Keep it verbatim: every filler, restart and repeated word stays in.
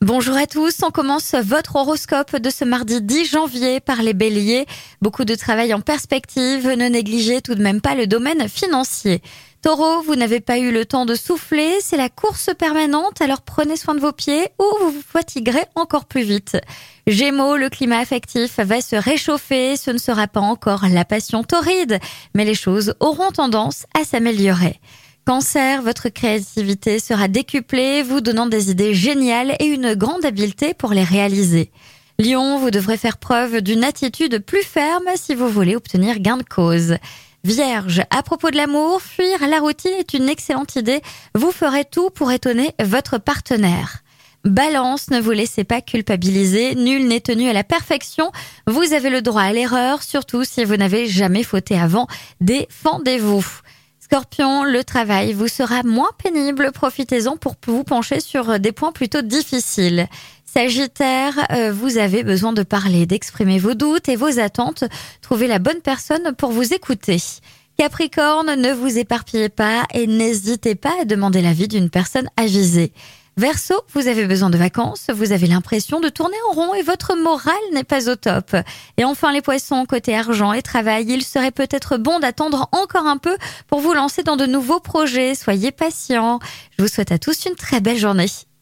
Bonjour à tous, on commence votre horoscope de ce mardi dix janvier par les béliers. Beaucoup de travail en perspective, ne négligez tout de même pas le domaine financier. Taureau, vous n'avez pas eu le temps de souffler, c'est la course permanente, alors prenez soin de vos pieds ou vous vous fatiguerez encore plus vite. Gémeaux, le climat affectif va se réchauffer, ce ne sera pas encore la passion torride, mais les choses auront tendance à s'améliorer. Cancer, votre créativité sera décuplée, vous donnant des idées géniales et une grande habileté pour les réaliser. Lion, vous devrez faire preuve d'une attitude plus ferme si vous voulez obtenir gain de cause. Vierge, à propos de l'amour, fuir la routine est une excellente idée. Vous ferez tout pour étonner votre partenaire. Balance, ne vous laissez pas culpabiliser, nul n'est tenu à la perfection. Vous avez le droit à l'erreur, surtout si vous n'avez jamais fauté avant. Défendez-vous. Scorpion, le travail vous sera moins pénible, profitez-en pour vous pencher sur des points plutôt difficiles. Sagittaire, euh, vous avez besoin de parler, d'exprimer vos doutes et vos attentes. Trouvez la bonne personne pour vous écouter. Capricorne, ne vous éparpillez pas et n'hésitez pas à demander l'avis d'une personne avisée. Verseau, vous avez besoin de vacances, vous avez l'impression de tourner en rond et votre morale n'est pas au top. Et enfin les poissons, côté argent et travail, il serait peut-être bon d'attendre encore un peu pour vous lancer dans de nouveaux projets. Soyez patients. Je vous souhaite à tous une très belle journée.